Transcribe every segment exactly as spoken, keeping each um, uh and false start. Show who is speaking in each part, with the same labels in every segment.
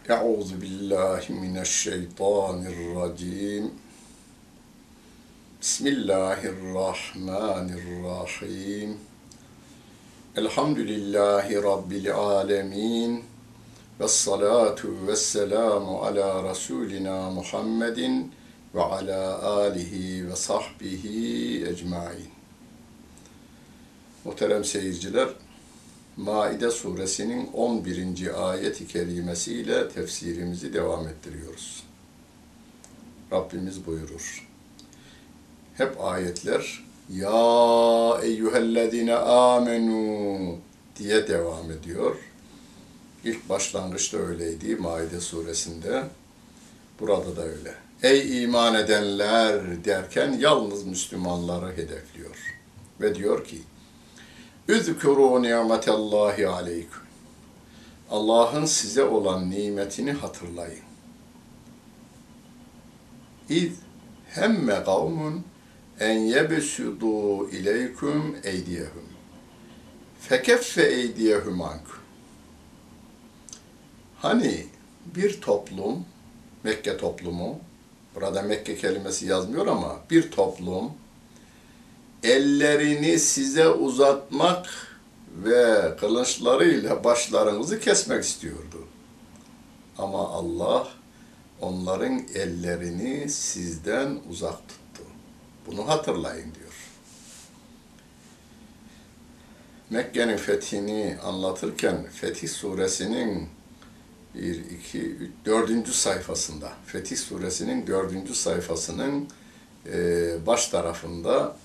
Speaker 1: Euzu billahi mineşşeytanirracim. Bismillahirrahmanirrahim. Elhamdülillahi Rabbil alemin. Vessalatu vesselamu ala Resulina Muhammedin ve ala alihi ve sahbihi ecmain. Muhterem seyirciler, Maide suresinin on birinci ayet-i kerimesiyle tefsirimizi devam ettiriyoruz. Rabbimiz buyurur. Hep ayetler ya eyyühellezine amenu diye devam ediyor. İlk başlangıçta öyleydi Maide suresinde. Burada da öyle. Ey iman edenler derken yalnız Müslümanları hedefliyor. Ve diyor ki Üzkürû ni'metallâhi aleyküm. Allah'ın size olan nimetini hatırlayın. İz hemme kavmun en yebsudû ileyküm eydiyehum. Fekeffe eydiyehum ankum. Hani bir toplum, Mekke toplumu, burada Mekke kelimesi yazmıyor ama bir toplum, ellerini size uzatmak ve kılıçlarıyla başlarınızı kesmek istiyordu. Ama Allah onların ellerini sizden uzak tuttu. Bunu hatırlayın diyor. Mekke'nin fethini anlatırken Fetih Suresinin bir, iki, üç, dördüncü sayfasında, Fetih Suresinin dördüncü sayfasının e, baş tarafında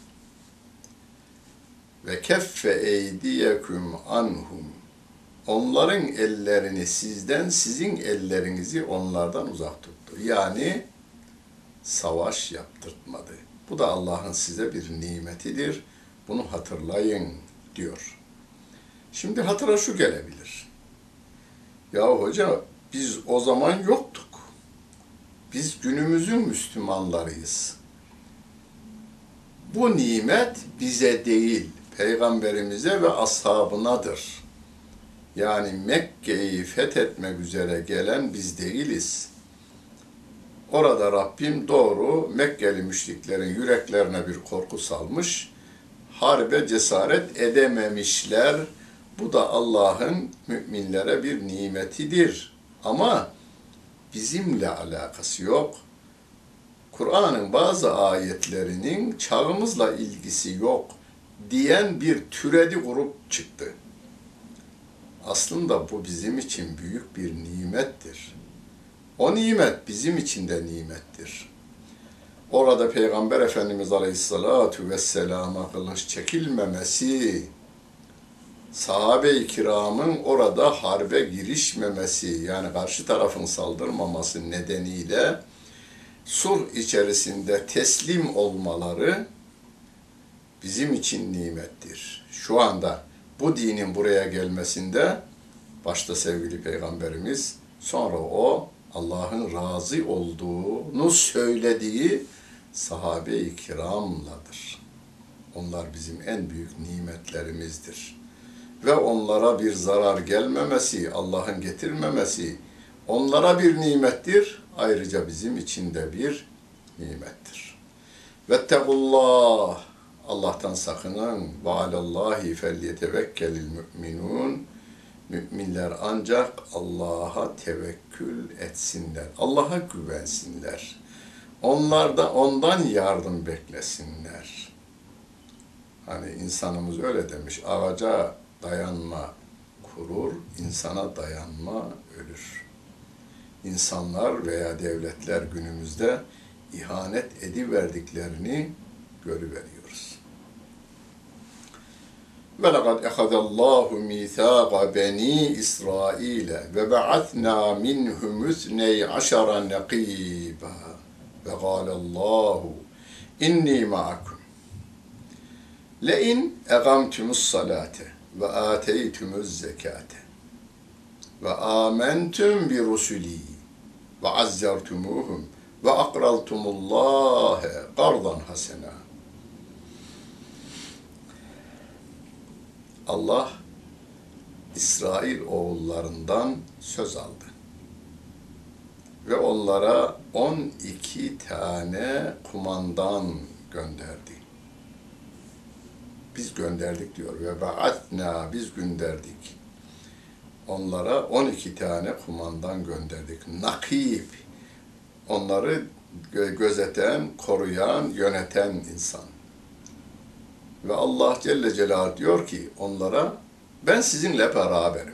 Speaker 1: ve keffe eydiyeküm anhum. Onların ellerini sizden, sizin ellerinizi onlardan uzak tuttu. Yani savaş yaptırtmadı. Bu da Allah'ın size bir nimetidir. Bunu hatırlayın diyor. Şimdi hatıra şu gelebilir. Ya hoca biz o zaman yoktuk. Biz günümüzün Müslümanlarıyız. Bu nimet bize değil, Peygamberimize ve ashabınadır. Yani Mekke'yi fethetmek üzere gelen biz değiliz. Orada Rabbim doğru Mekkeli müşriklerin yüreklerine bir korku salmış, harbe cesaret edememişler. Bu da Allah'ın müminlere bir nimetidir. Ama bizimle alakası yok. Kur'an'ın bazı ayetlerinin çağımızla ilgisi yok diyen bir türedi grup çıktı. Aslında bu bizim için büyük bir nimettir. O nimet bizim için de nimettir. Orada Peygamber Efendimiz Aleyhisselatü Vesselam'a kılıç çekilmemesi, sahabe-i kiramın orada harbe girişmemesi, yani karşı tarafın saldırmaması nedeniyle sulh içerisinde teslim olmaları bizim için nimettir. Şu anda bu dinin buraya gelmesinde başta sevgili Peygamberimiz, sonra o Allah'ın razı olduğunu söylediği sahabe-i kiramladır. Onlar bizim en büyük nimetlerimizdir. Ve onlara bir zarar gelmemesi, Allah'ın getirmemesi onlara bir nimettir. Ayrıca bizim için de bir nimettir. Vettegullah, Allah'tan sakının. Ve alallahi felyetevekkelil müminun. Müminler ancak Allah'a tevekkül etsinler. Allah'a güvensinler. Onlar da ondan yardım beklesinler. Hani insanımız öyle demiş. Ağaca dayanma kurur, insana dayanma ölür. İnsanlar veya devletler günümüzde ihanet ediverdiklerini görüveriyoruz. Ve lekad ehadallahu mîthâqa benî İsraîle ve ba'atnâ minhum ithney aşara nekîbâ ve gâlallâhu innî ma'akum le'in egamtumus salâte ve âteytumuz zekâte ve âmentüm bi rusulî ve azzartumuhum ve akraltumullâhe qardan hasena. Allah İsrail oğullarından söz aldı. ve onlara on iki tane kumandan gönderdi. Biz gönderdik diyor. Ve ba'atna, biz gönderdik. Onlara on iki tane kumandan gönderdik. Nakib, onları gözeten, koruyan, yöneten insan. Ve Allah Celle Celaluhu diyor ki onlara, ben sizinle beraberim.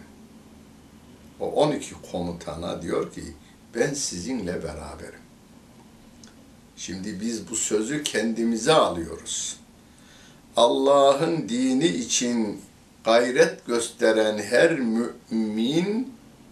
Speaker 1: O on iki komutana diyor ki, ben sizinle beraberim. Şimdi biz bu sözü kendimize alıyoruz. Allah'ın dini için gayret gösteren her mümin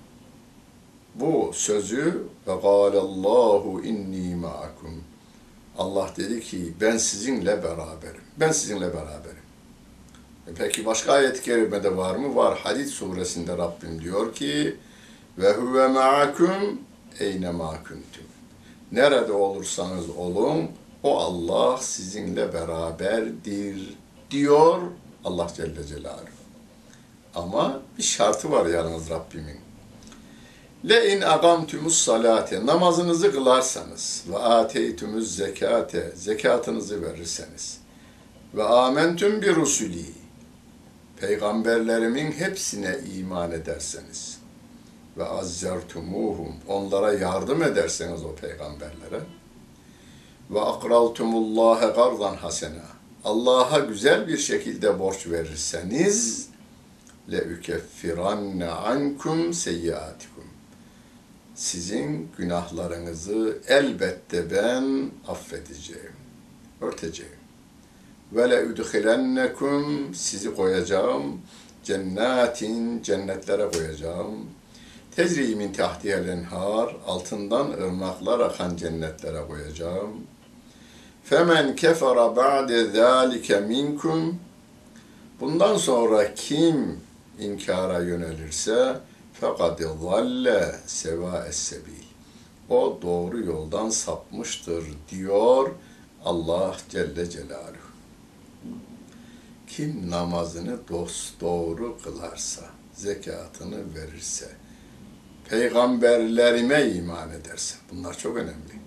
Speaker 1: bu sözü ve gâlellâhu inni ma'akum. Allah dedi ki ben sizinle beraberim. Ben sizinle beraberim. E peki başka ayet-i kerimede var mı? Var. Hadid suresinde Rabbim diyor ki ve huve ma'akum eyne ma kuntum. Nerede olursanız olun o Allah sizinle beraberdir diyor Allah Celle Celaluhu. Ama bir şartı var yalnız Rabbimin. Le in agamtumus salate, namazınızı kılarsanız ve ateytumuz zekate, zekatınızı verirseniz ve amentum bi rusuli, peygamberlerimin hepsine iman ederseniz ve azzertumuhum, onlara yardım ederseniz o peygamberlere ve akraltumullaha gardan hasena, Allah'a güzel bir şekilde borç verirseniz le ukeffiranne ankum seyyiatikum, sizin günahlarınızı elbette ben affedeceğim, örteceğim. Ve le udkhilennekum, sizi koyacağım cennetin, cennetlere koyacağım. Tecri min tahtihel enhar, altından ırmaklar akan cennetlere koyacağım. Femen kefara ba'de zâlike minkum, bundan sonra kim inkara yönelirse fakat zalle sevâ'es sebil, o doğru yoldan sapmıştır diyor Allah Celle Celaluhu. Kim namazını dosdoğru kılarsa, zekatını verirse, peygamberlerime iman ederse, bunlar çok önemli.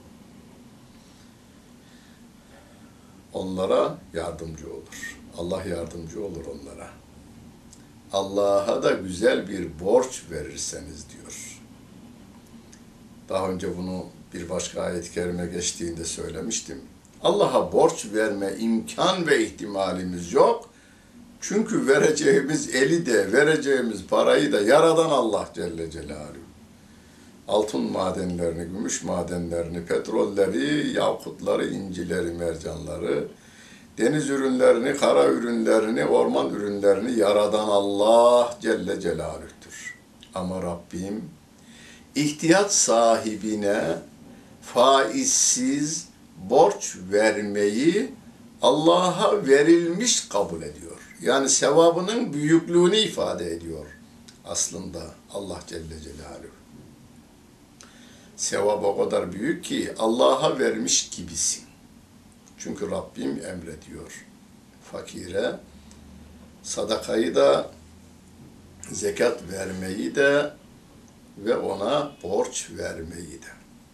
Speaker 1: Onlara yardımcı olur. Allah yardımcı olur onlara. Allah'a da güzel bir borç verirseniz diyor. Daha önce bunu bir başka ayet-i kerime geçtiğinde söylemiştim. Allah'a borç verme imkan ve ihtimalimiz yok. Çünkü vereceğimiz eli de, vereceğimiz parayı da yaradan Allah Celle Celaluhu. Altın madenlerini, gümüş madenlerini, petrolleri, yakutları, incileri, mercanları, deniz ürünlerini, kara ürünlerini, orman ürünlerini yaradan Allah Celle Celaluhu'dur. Ama Rabbim ihtiyaç sahibine faizsiz borç vermeyi Allah'a verilmiş kabul ediyor. Yani sevabının büyüklüğünü ifade ediyor aslında Allah Celle Celaluhu. Sevap o kadar büyük ki Allah'a vermiş gibisin. Çünkü Rabbim emrediyor. Fakire sadakayı da, zekat vermeyi de ve ona borç vermeyi de.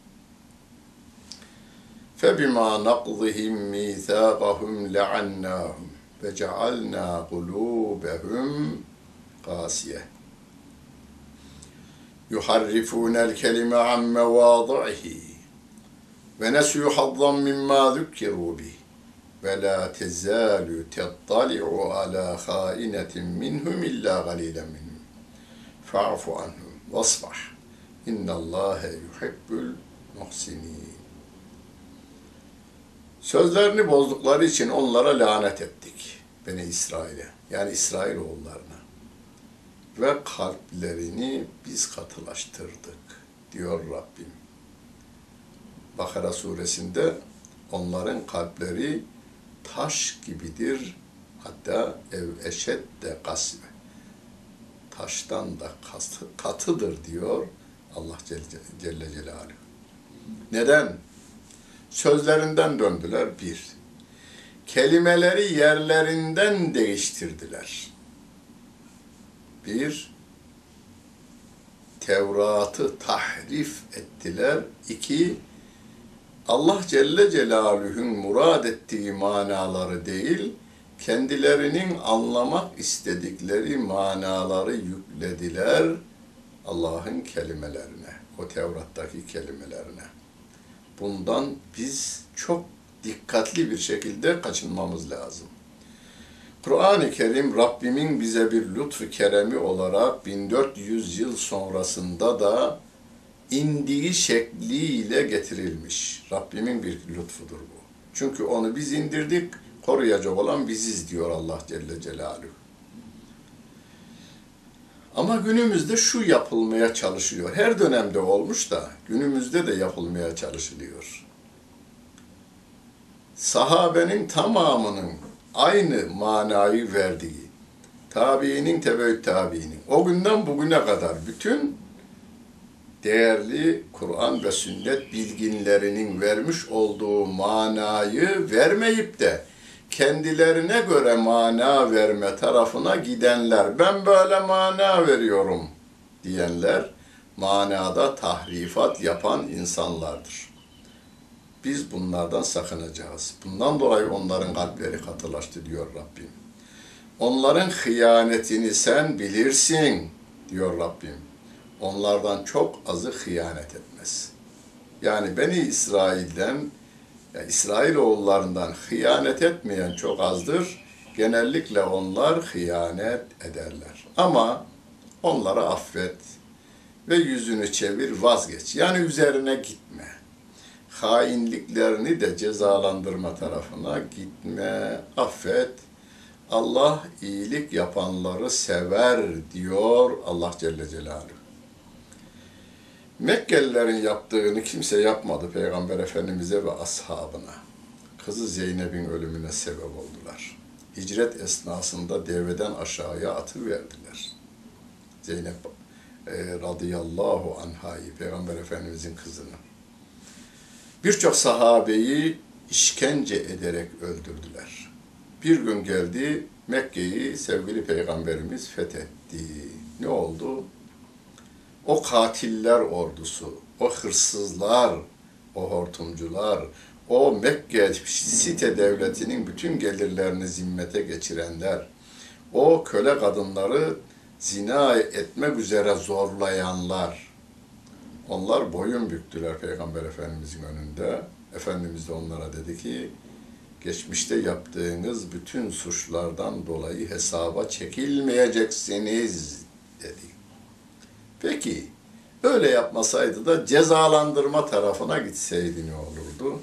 Speaker 1: فَبِمَا نَقْضِهِمْ مِيثَاقَهُمْ لَعَنَّاهُمْ وَجَعَلْنَا قُلُوبَهُمْ قَاسِيَةً يُحَرِّفُونَ الْكَلِمَ عَنْ مَوَاضِعِهِ وَنَسُوا حَظًّا مِمَّا ذُكِّرُوا بِهِ وَلَا تَزَالُ تَطَّلِعُ عَلَى خَائِنَةٍ مِّنْهُمْ إِلَّا قَلِيلًا مِّنْهُمْ فَاعْفُ عَنْهُمْ وَاصْفَحْ إِنَّ اللّٰهَ يُحِبُّ الْمُحْسِنِينَ. Sözlerini bozdukları için onlara lanet ettik. Beni İsrail'e, yani İsrailoğullarına. Ve kalplerini biz katılaştırdık, diyor Rabbim. Bakara suresinde onların kalpleri taş gibidir, hatta ev eşed de kasve. Taştan da katı, katıdır diyor Allah Celle, Celle Celaluhu. Neden? Sözlerinden döndüler bir. Kelimeleri yerlerinden değiştirdiler. Bir. Tevrat'ı tahrif ettiler. İki, Allah Celle Celaluhu'nun murad ettiği manaları değil, kendilerinin anlamak istedikleri manaları yüklediler Allah'ın kelimelerine, o Tevrat'taki kelimelerine. Bundan biz çok dikkatli bir şekilde kaçınmamız lazım. Kur'an-ı Kerim Rabbimin bize bir lütfu keremi olarak bin dört yüz yıl sonrasında da indiği şekliyle getirilmiş. Rabbimin bir lütfudur bu. Çünkü onu biz indirdik, koruyacak olan biziz diyor Allah Celle Celaluhu. Ama günümüzde şu yapılmaya çalışılıyor. Her dönemde olmuş da günümüzde de yapılmaya çalışılıyor. Sahabenin tamamının aynı manayı verdiği, tabiinin, tebeüt tabiinin, o günden bugüne kadar bütün değerli Kur'an ve sünnet bilginlerinin vermiş olduğu manayı vermeyip de kendilerine göre mana verme tarafına gidenler, ben böyle mana veriyorum diyenler, manada tahrifat yapan insanlardır. Biz bunlardan sakınacağız. Bundan dolayı onların kalpleri katılaştı diyor Rabbim. Onların hıyanetini sen bilirsin diyor Rabbim. Onlardan çok azı hıyanet etmez. Yani Beni İsrail'den, yani İsrailoğullarından hıyanet etmeyen çok azdır. Genellikle onlar hıyanet ederler. Ama onlara affet ve yüzünü çevir, vazgeç. Yani üzerine gitme. Hainliklerini de cezalandırma tarafına gitme, affet. Allah iyilik yapanları sever diyor Allah Celle Celaluhu. Mekkelilerin yaptığını kimse yapmadı Peygamber Efendimiz'e ve ashabına. Kızı Zeynep'in ölümüne sebep oldular. Hicret esnasında deveden aşağıya atıverdiler. Zeynep e, radıyallahu anhayı, Peygamber Efendimiz'in kızını. Birçok sahabeyi işkence ederek öldürdüler. Bir gün geldi, Mekke'yi sevgili Peygamberimiz fethetti. Ne oldu? O katiller ordusu, o hırsızlar, o hortumcular, o Mekke site devletinin bütün gelirlerini zimmete geçirenler, o köle kadınları zina etmek üzere zorlayanlar, onlar boyun büktüler Peygamber Efendimizin önünde. Efendimiz de onlara dedi ki, geçmişte yaptığınız bütün suçlardan dolayı hesaba çekilmeyeceksiniz dedi. Peki, öyle yapmasaydı da cezalandırma tarafına gitseydi ne olurdu?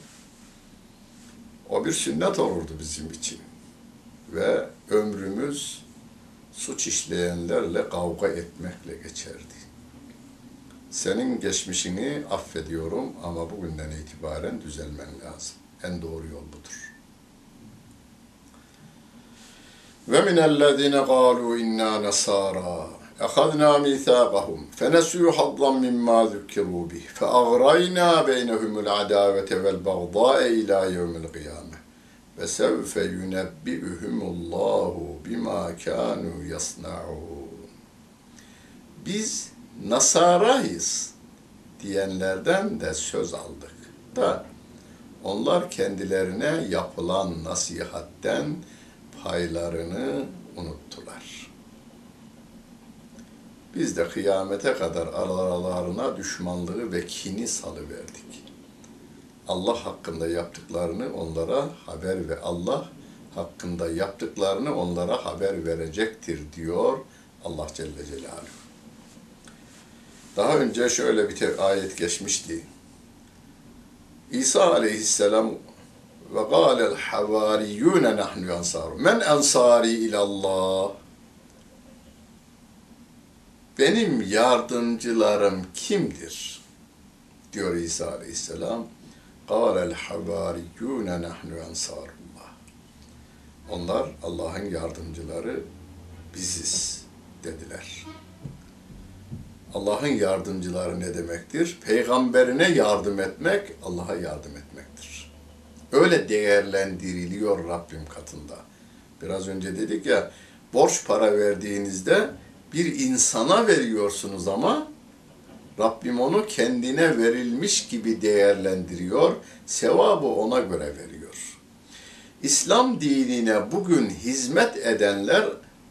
Speaker 1: O bir sünnet olurdu bizim için. Ve ömrümüz suç işleyenlerle kavga etmekle geçerdi. Senin geçmişini affediyorum ama bugünden itibaren düzelmen lazım. En doğru yol budur. Ve minellezine qalu inna nasara أخذنا ميثاقهم فنسوا حظا مما ذكروا به فأغرينا بينهم العداوة والبغضاء إلى يوم القيامة وسوف ينبئهم الله بما كانوا يصنعون. Biz Nasarayız diyenlerden de söz aldık da onlar kendilerine yapılan nasihatten paylarını unuttular. Biz de kıyamete kadar aralarına düşmanlığı ve kini salıverdik. Allah hakkında yaptıklarını onlara haber ve Allah hakkında yaptıklarını onlara haber verecektir diyor Allah Celle Celaluhu. Daha önce şöyle bir ayet geçmişti. İsa aleyhisselam ve gâlel havariyyûne nahnu ansâru. Men ansâri ilallah. Benim yardımcılarım kimdir? Diyor İsa aleyhisselam. Kâlel havariyyûne nahnu ansârullah. Onlar Allah'ın yardımcıları biziz dediler. Allah'ın yardımcıları ne demektir? Peygamberine yardım etmek, Allah'a yardım etmektir. Öyle değerlendiriliyor Rabbim katında. Biraz önce dedik ya, borç para verdiğinizde bir insana veriyorsunuz ama Rabbim onu kendine verilmiş gibi değerlendiriyor, sevabı ona göre veriyor. İslam dinine bugün hizmet edenler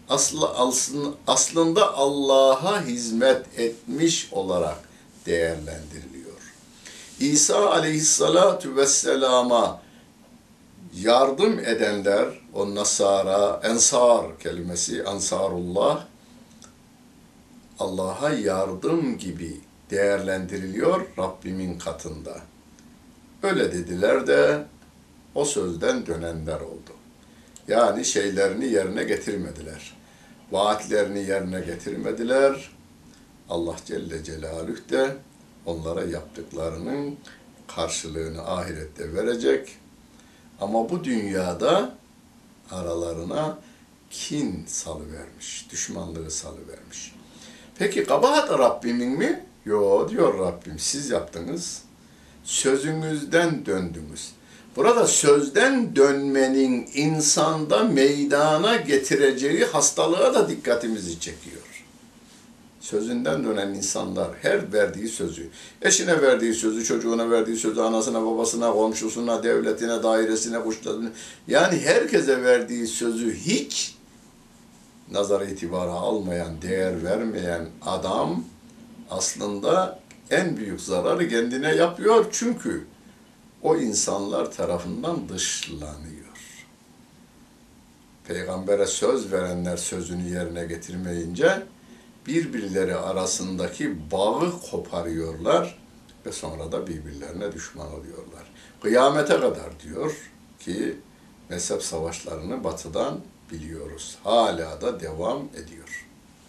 Speaker 1: aslında Allah'a hizmet etmiş olarak değerlendiriliyor. İsa aleyhissalatu vesselama yardım edenler, o Nasara, Ensar kelimesi, Ansarullah, Allah'a yardım gibi değerlendiriliyor Rabbimin katında. Öyle dediler de o sözden dönenler oldu. Yani şeylerini yerine getirmediler. Vaatlerini yerine getirmediler. Allah Celle Celaluhu de onlara yaptıklarının karşılığını ahirette verecek. Ama bu dünyada aralarına kin salıvermiş, düşmanlığı salıvermiş. Peki kabahat Rabbimin mi? Yo diyor Rabbim, siz yaptınız. Sözünüzden döndünüz. Burada sözden dönmenin insanda meydana getireceği hastalığa da dikkatimizi çekiyor. Sözünden dönen insanlar her verdiği sözü, eşine verdiği sözü, çocuğuna verdiği sözü, anasına, babasına, komşusuna, devletine, dairesine, kuşlarına, yani herkese verdiği sözü hiç nazara itibara almayan, değer vermeyen adam aslında en büyük zararı kendine yapıyor. Çünkü o insanlar tarafından dışlanıyor. Peygamber'e söz verenler sözünü yerine getirmeyince birbirleri arasındaki bağı koparıyorlar ve sonra da birbirlerine düşman oluyorlar. Kıyamete kadar diyor ki mezhep savaşlarını batıdan biliyoruz. Hala da devam ediyor.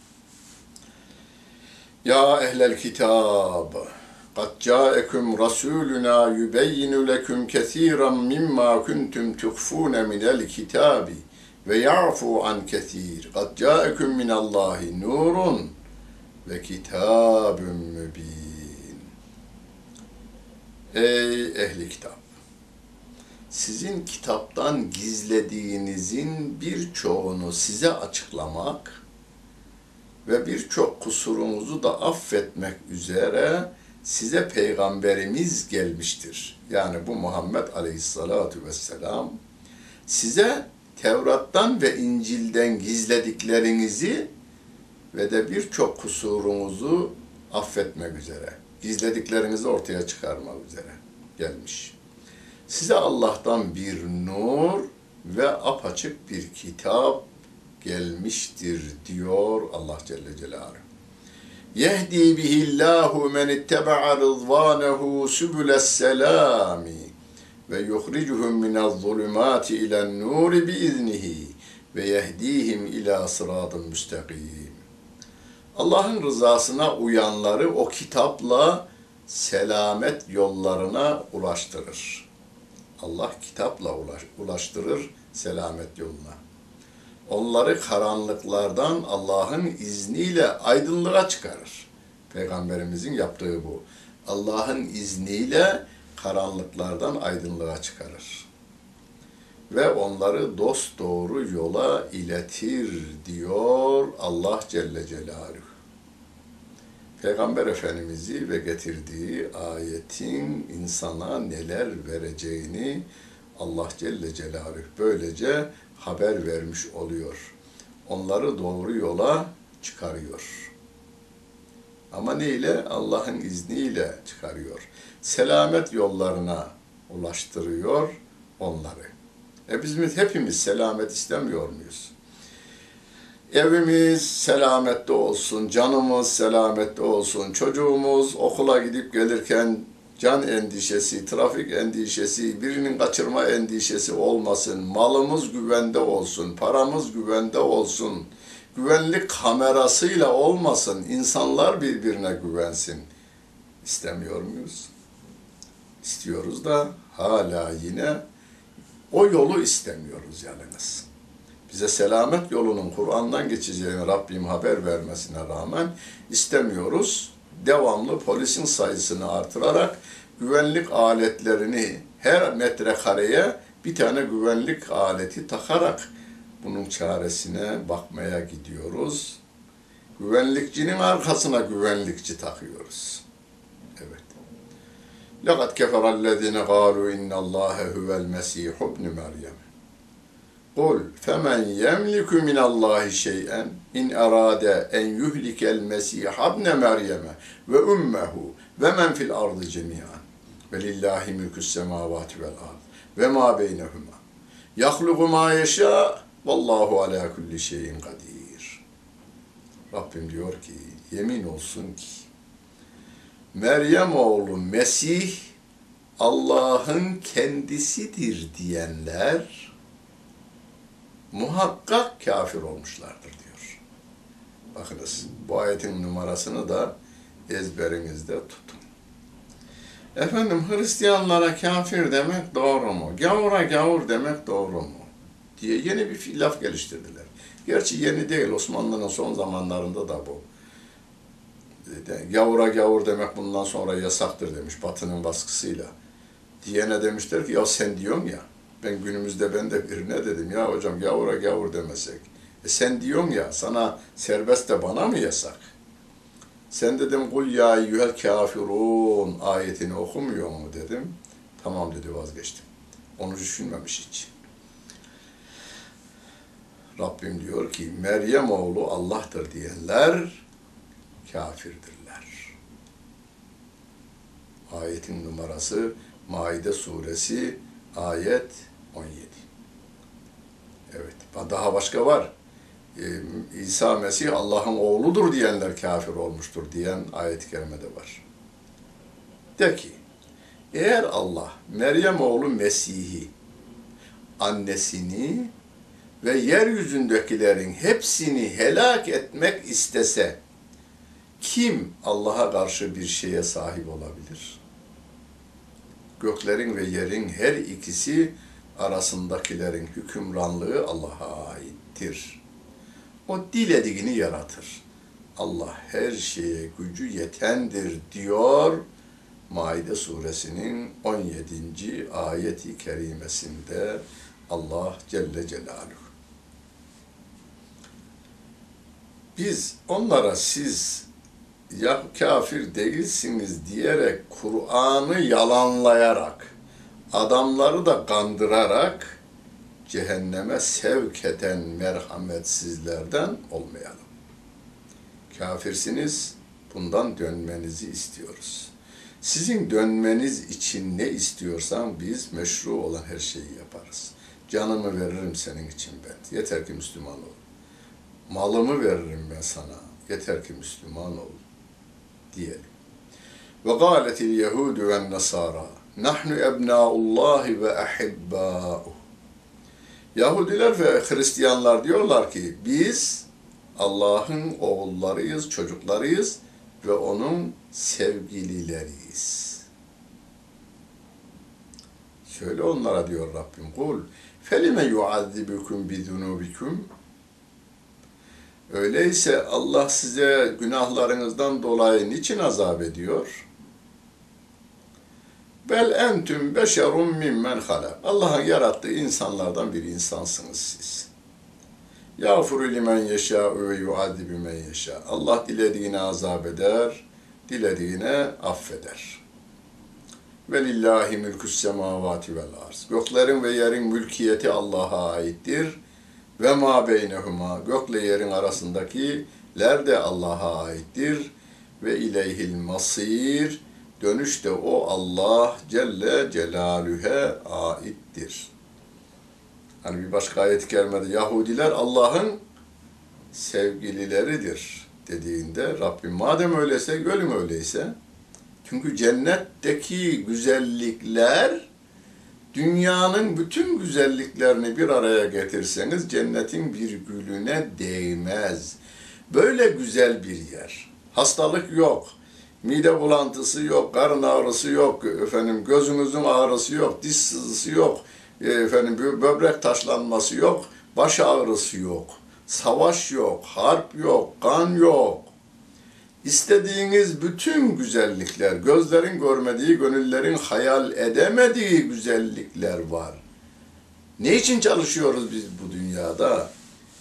Speaker 1: Ya ehlel kitab, قَدْ جَاءَكُمْ رَسُولُنَا يُبَيِّنُ لَكُمْ كَثِيرًا مِمَّا كُنْتُمْ تُخْفُونَ مِنَ الْكِتَابِ وَيَعْفُوا عَنْ كَثِيرٍ قَدْ جَاءَكُمْ مِنَ اللّٰهِ نُورٌ وَكِتَابٌ مُبِينٌ. Ey ehli kitap! Sizin kitaptan gizlediğinizin birçoğunu size açıklamak ve birçok kusurumuzu da affetmek üzere size Peygamberimiz gelmiştir. Yani bu Muhammed Aleyhissalatu vesselam size Tevrat'tan ve İncil'den gizlediklerinizi ve de birçok kusurumuzu affetmek üzere, gizlediklerinizi ortaya çıkarmak üzere gelmiş. Size Allah'tan bir nur ve apaçık bir kitap gelmiştir diyor Allah Celle Celaluhu. Yehdi bihillahu men itteba'a rızvanehu sübüles selami ve yuhricuhum minez-zulümati ilen-nuri biiznihi ve yehdihim ila sıratın müstakim. Allah'ın rızasına uyanları o kitapla selamet yollarına ulaştırır. Allah kitapla ulaştırır selamet yoluna. Onları karanlıklardan Allah'ın izniyle aydınlığa çıkarır. Peygamberimizin yaptığı bu. Allah'ın izniyle karanlıklardan aydınlığa çıkarır. Ve onları dosdoğru yola iletir diyor Allah Celle Celaluhu. Peygamber Efendimiz'i ve getirdiği ayetin insana neler vereceğini Allah Celle Celaluhu böylece haber vermiş oluyor. Onları doğru yola çıkarıyor. Ama neyle? Allah'ın izniyle çıkarıyor. Selamet yollarına ulaştırıyor onları. E biz hepimiz selamet istemiyor muyuz? Evimiz selamette olsun, canımız selamette olsun, çocuğumuz okula gidip gelirken can endişesi, trafik endişesi, birinin kaçırma endişesi olmasın, malımız güvende olsun, paramız güvende olsun, güvenlik kamerasıyla olmasın, insanlar birbirine güvensin. İstemiyor muyuz? İstiyoruz da hala yine o yolu istemiyoruz yalnız. Bize selamet yolunun Kur'an'dan geçeceğini Rabbim haber vermesine rağmen istemiyoruz. Devamlı polisin sayısını artırarak güvenlik aletlerini her metrekareye bir tane güvenlik aleti takarak bunun çaresine bakmaya gidiyoruz. Güvenlikçinin arkasına güvenlikçi takıyoruz. Evet. لَقَدْ كَفَرَ الَّذِينَ قَالُوا اِنَّ اللّٰهَ هُوَ الْمَسِيحُ ابْنُ مَرْيَمَ قُلْ فَمَنْ يَمْلِكُ مِنَ اللّٰهِ شَيْئًا اِنْ اَرَادَ اَنْ يُهْلِكَ الْمَسِيحَ ابْنَ مَرْيَمَ وَاُمَّهُ وَمَنْ فِي الْأَرْضِ جَمِيعًا وَلِلّٰهِ مُلْكُ السَّمَاوَاتِ وَالْأَرْضِ وَمَا بَيْنَهُمَا يَخْلُقُ مَا يَشَاءُ وَاللّٰهُ عَلَى كُلِّ شَيْءٍ قَدِيرٌ. Rabbim diyor ki, yemin olsun ki, Meryem oğlu Mesih Allah'ın kendisidir diyenler muhakkak kafir olmuşlardır diyor. Bakınız, bu ayetin numarasını da ezberinizde tutun. Efendim, Hristiyanlara kafir demek doğru mu? Gavura gavur demek doğru mu? Diye yeni bir laf geliştirdiler. Gerçi yeni değil, Osmanlı'nın son zamanlarında da bu. Gavura gavur demek bundan sonra yasaktır demiş, Batı'nın baskısıyla. Diyene demişler ki, ya sen diyorsun ya, ben günümüzde ben de birine dedim, ya hocam gavura gavur demesek. E sen diyorsun ya, sana serbest de bana mı yasak? Sen dedim, kul ya eyyuhel kafirun ayetini okumuyor mu dedim. Tamam dedi, vazgeçtim. Onu düşünmemiş hiç. Rabbim diyor ki, Meryem oğlu Allah'tır diyenler kafirdirler. Ayetin numarası Maide suresi ayet on yedi. Evet, daha başka var. Ee, İsa Mesih Allah'ın oğludur diyenler kafir olmuştur diyen ayet-i kerimede var. De ki, eğer Allah Meryem oğlu Mesih'i, annesini ve yeryüzündekilerin hepsini helak etmek istese, kim Allah'a karşı bir şeye sahip olabilir? Göklerin ve yerin her ikisi arasındakilerin hükümranlığı Allah'a aittir. O dilediğini yaratır. Allah her şeye gücü yetendir diyor Maide suresinin on yedinci ayeti kerimesinde Allah Celle Celaluhu. Biz onlara siz ya kafir değilsiniz diyerek Kur'an'ı yalanlayarak, adamları da kandırarak cehenneme sevk eden merhametsizlerden olmayalım. Kafirsiniz, bundan dönmenizi istiyoruz. Sizin dönmeniz için ne istiyorsan biz meşru olan her şeyi yaparız. Canımı veririm senin için ben. Yeter ki Müslüman ol. Malımı veririm ben sana. Yeter ki Müslüman ol. Diyelim. Ve gâletil yehudu ve nasara nahnu ebnâullâhi ve ahibbâuh. Yahudiler ve Hristiyanlar diyorlar ki biz Allah'ın oğullarıyız, çocuklarıyız ve onun sevgilileriyiz. Söyle onlara diyor Rabbim, kul felime yuazzibukum bizunubikum. Öyleyse Allah size günahlarınızdan dolayı niçin azap ediyor? Bel entüm beşerun mimmen halak. Allah'ın yarattığı insanlardan bir insansınız siz. Yağfuru limen yeşâ'u ve yu'adibu men yeşâ. Allah dilediğine azap eder, dilediğine affeder. Ve lillahi mülkü's semâvâti vel arz. Göklerin ve yerin mülkiyeti Allah'a aittir. Ve ma beynehuma, gökle yerin arasındakiler de Allah'a aittir. Ve ileyhil masir, dönüş de o Allah Celle Celaluhu'ya aittir. Hani bir başka ayet-i kerimede Yahudiler Allah'ın sevgilileridir dediğinde Rabbim madem öyleyse, gölüm öyleyse. Çünkü cennetteki güzellikler dünyanın bütün güzelliklerini bir araya getirseniz cennetin bir gülüne değmez. Böyle güzel bir yer. Hastalık yok. Mide bulantısı yok, karın ağrısı yok, efendim gözünüzün ağrısı yok, diş sızısı yok, efendim böbrek taşlanması yok, baş ağrısı yok, savaş yok, harp yok, kan yok. İstediğiniz bütün güzellikler, gözlerin görmediği, gönüllerin hayal edemediği güzellikler var. Ne için çalışıyoruz biz bu dünyada?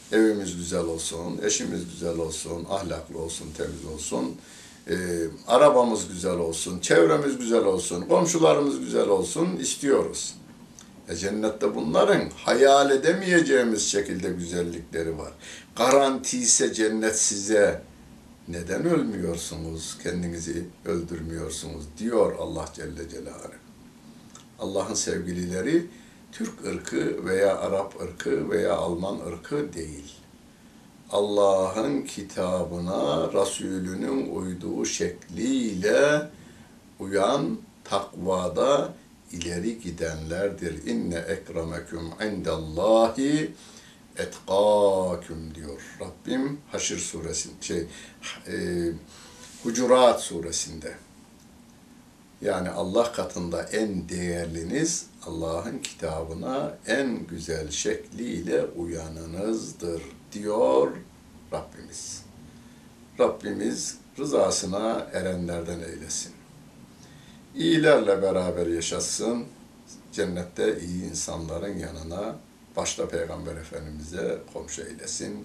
Speaker 1: evimiz güzel olsun, eşimiz güzel olsun, ahlaklı olsun, temiz olsun, e, arabamız güzel olsun, çevremiz güzel olsun, komşularımız güzel olsun istiyoruz. E cennette bunların hayal edemeyeceğimiz şekilde güzellikleri var. Garanti ise cennet size, neden ölmüyorsunuz, kendinizi öldürmüyorsunuz diyor Allah Celle Celaluhu. Allah'ın sevgilileri Türk ırkı veya Arap ırkı veya Alman ırkı değil. Allah'ın kitabına, Resulünün uyduğu şekliyle uyan, takvada ileri gidenlerdir. İnne ekremekum indallahi etkâküm diyor Rabbim Haşr suresinde, şey, e, Hucurat suresinde. Yani Allah katında en değerliniz Allah'ın kitabına en güzel şekliyle uyanınızdır diyor Rabbimiz. Rabbimiz rızasına erenlerden eylesin. İyilerle beraber yaşasın. Cennette iyi insanların yanına başta Peygamber Efendimiz'e komşu eylesin.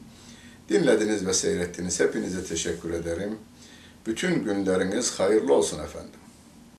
Speaker 1: Dinlediniz ve seyrettiniz. Hepinize teşekkür ederim. Bütün günleriniz hayırlı olsun efendim.